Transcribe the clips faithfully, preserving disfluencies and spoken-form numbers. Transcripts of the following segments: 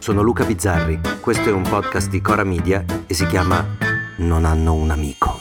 sono Luca Bizzarri, questo è un podcast di Cora Media e si chiama Non hanno un amico.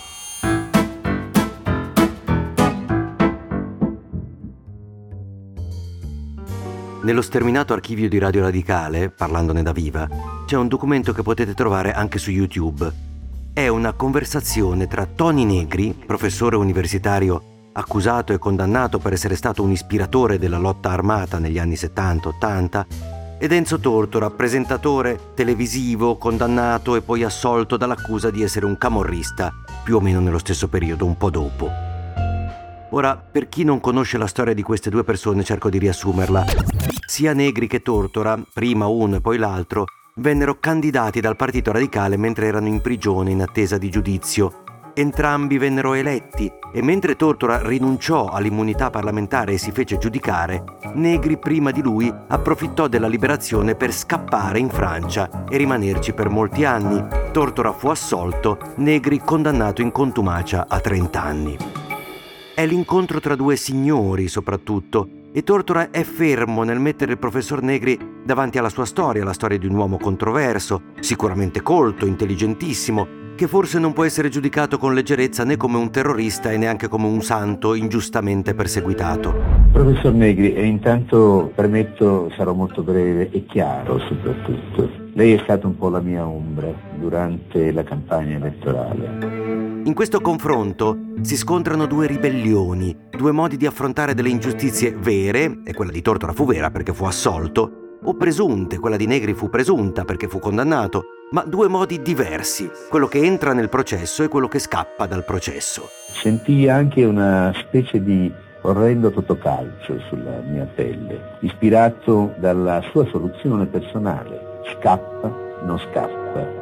Nello sterminato archivio di Radio Radicale, parlandone da viva, c'è un documento che potete trovare anche su YouTube. È una conversazione tra Toni Negri, professore universitario accusato e condannato per essere stato un ispiratore della lotta armata negli anni settanta ottanta, ed Enzo Tortora, presentatore televisivo, condannato e poi assolto dall'accusa di essere un camorrista, più o meno nello stesso periodo, un po' dopo. Ora, per chi non conosce la storia di queste due persone, cerco di riassumerla. Sia Negri che Tortora, prima uno e poi l'altro, vennero candidati dal Partito Radicale mentre erano in prigione in attesa di giudizio. Entrambi vennero eletti e mentre Tortora rinunciò all'immunità parlamentare e si fece giudicare, Negri prima di lui approfittò della liberazione per scappare in Francia e rimanerci per molti anni. Tortora fu assolto, Negri condannato in contumacia a trenta anni. È l'incontro tra due signori soprattutto, e Tortora è fermo nel mettere il professor Negri davanti alla sua storia, la storia di un uomo controverso, sicuramente colto, intelligentissimo, che forse non può essere giudicato con leggerezza né come un terrorista e neanche come un santo ingiustamente perseguitato. Professor Negri, e intanto permetto, sarò molto breve e chiaro soprattutto. Lei è stato un po' la mia ombra durante la campagna elettorale. In questo confronto si scontrano due ribellioni, due modi di affrontare delle ingiustizie vere, e quella di Tortora fu vera perché fu assolto, o presunte, quella di Negri fu presunta perché fu condannato, ma due modi diversi, quello che entra nel processo e quello che scappa dal processo. Sentii anche una specie di orrendo totocalcio sulla mia pelle, ispirato dalla sua soluzione personale: scappa, non scappa.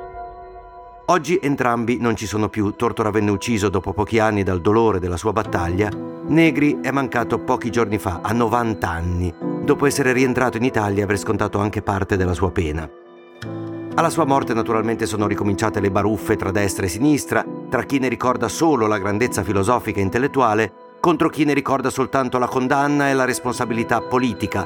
Oggi entrambi non ci sono più. Tortora venne ucciso dopo pochi anni dal dolore della sua battaglia. Negri è mancato pochi giorni fa, a novanta anni, dopo essere rientrato in Italia e aver scontato anche parte della sua pena. Alla sua morte naturalmente sono ricominciate le baruffe tra destra e sinistra, tra chi ne ricorda solo la grandezza filosofica e intellettuale, contro chi ne ricorda soltanto la condanna e la responsabilità politica.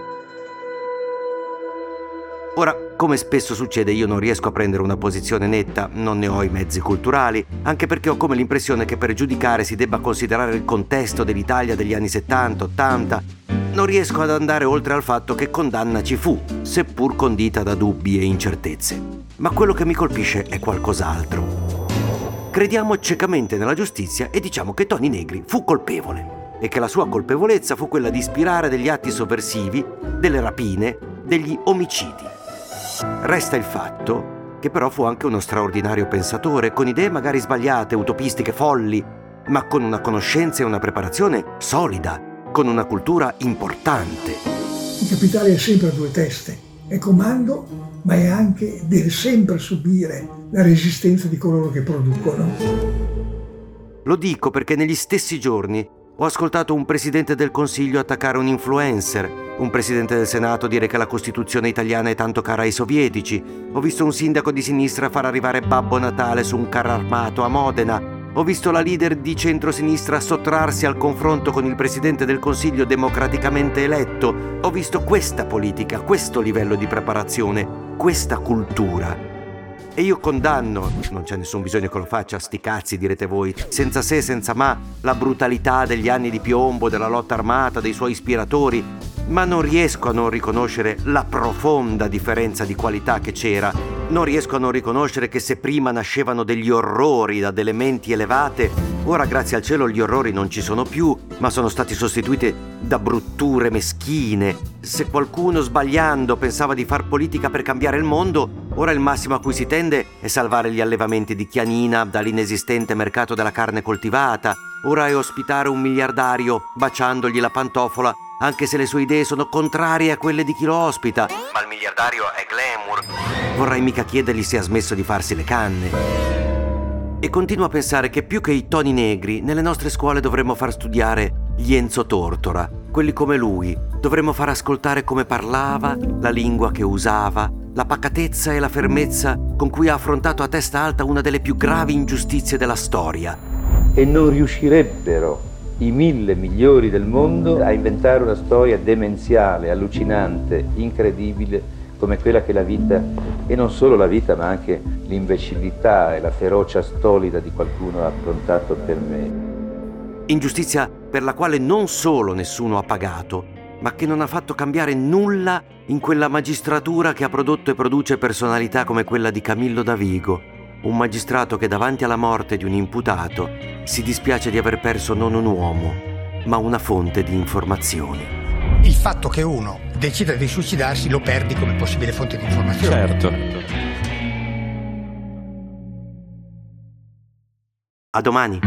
Ora, come spesso succede, io non riesco a prendere una posizione netta, non ne ho i mezzi culturali, anche perché ho come l'impressione che per giudicare si debba considerare il contesto dell'Italia degli anni settanta ottanta. Non riesco ad andare oltre al fatto che condanna ci fu, seppur condita da dubbi e incertezze. Ma quello che mi colpisce è qualcos'altro. Crediamo ciecamente nella giustizia e diciamo che Toni Negri fu colpevole e che la sua colpevolezza fu quella di ispirare degli atti sovversivi, delle rapine, degli omicidi. Resta il fatto che però fu anche uno straordinario pensatore, con idee magari sbagliate, utopistiche, folli, ma con una conoscenza e una preparazione solida, con una cultura importante. Il capitale è sempre a due teste, è comando, ma è anche, deve sempre subire la resistenza di coloro che producono. Lo dico perché negli stessi giorni ho ascoltato un presidente del Consiglio attaccare un influencer, un presidente del Senato dire che la Costituzione italiana è tanto cara ai sovietici, ho visto un sindaco di sinistra far arrivare Babbo Natale su un carro armato a Modena, ho visto la leader di centrosinistra sottrarsi al confronto con il presidente del Consiglio democraticamente eletto, ho visto questa politica, questo livello di preparazione, questa cultura. E io condanno, non c'è nessun bisogno che lo faccia, sti cazzi direte voi, senza se, senza ma, la brutalità degli anni di piombo, della lotta armata, dei suoi ispiratori, ma non riesco a non riconoscere la profonda differenza di qualità che c'era. Non riesco a non riconoscere che se prima nascevano degli orrori da delle menti elevate, ora grazie al cielo gli orrori non ci sono più, ma sono stati sostituiti da brutture meschine. Se qualcuno sbagliando pensava di far politica per cambiare il mondo, ora il massimo a cui si tende è salvare gli allevamenti di Chianina dall'inesistente mercato della carne coltivata. Ora è ospitare un miliardario baciandogli la pantofola, anche se le sue idee sono contrarie a quelle di chi lo ospita. Ma il miliardario è glamour. Vorrei mica chiedergli se ha smesso di farsi le canne. E continuo a pensare che più che i Toni Negri, nelle nostre scuole dovremmo far studiare gli Enzo Tortora, quelli come lui. Dovremmo far ascoltare come parlava, la lingua che usava, la pacatezza e la fermezza con cui ha affrontato a testa alta una delle più gravi ingiustizie della storia. E non riuscirebbero i mille migliori del mondo a inventare una storia demenziale, allucinante, incredibile, come quella che la vita, e non solo la vita ma anche l'imbecillità e la ferocia stolida di qualcuno ha approntato per me. Ingiustizia per la quale non solo nessuno ha pagato, ma che non ha fatto cambiare nulla in quella magistratura che ha prodotto e produce personalità come quella di Camillo Davigo, un magistrato che davanti alla morte di un imputato si dispiace di aver perso non un uomo, ma una fonte di informazioni. Il fatto che uno decida di suicidarsi lo perdi come possibile fonte di informazione. Certo. A domani.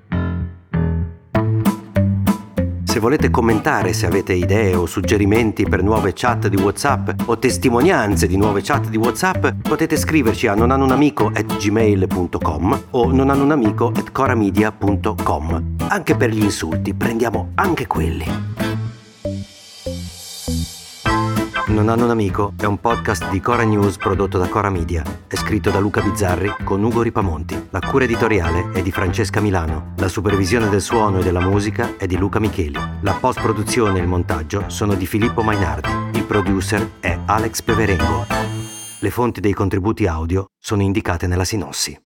Se volete commentare, se avete idee o suggerimenti per nuove chat di WhatsApp o testimonianze di nuove chat di WhatsApp, potete scriverci a nonhanunamico at gmail punto com o nonhanunamico at coramedia punto com. Anche per gli insulti, prendiamo anche quelli. Non hanno un amico è un podcast di Cora News prodotto da Cora Media. È scritto da Luca Bizzarri con Ugo Ripamonti. La cura editoriale è di Francesca Milano. La supervisione del suono e della musica è di Luca Micheli. La post-produzione e il montaggio sono di Filippo Mainardi. Il producer è Alex Peverengo. Le fonti dei contributi audio sono indicate nella sinossi.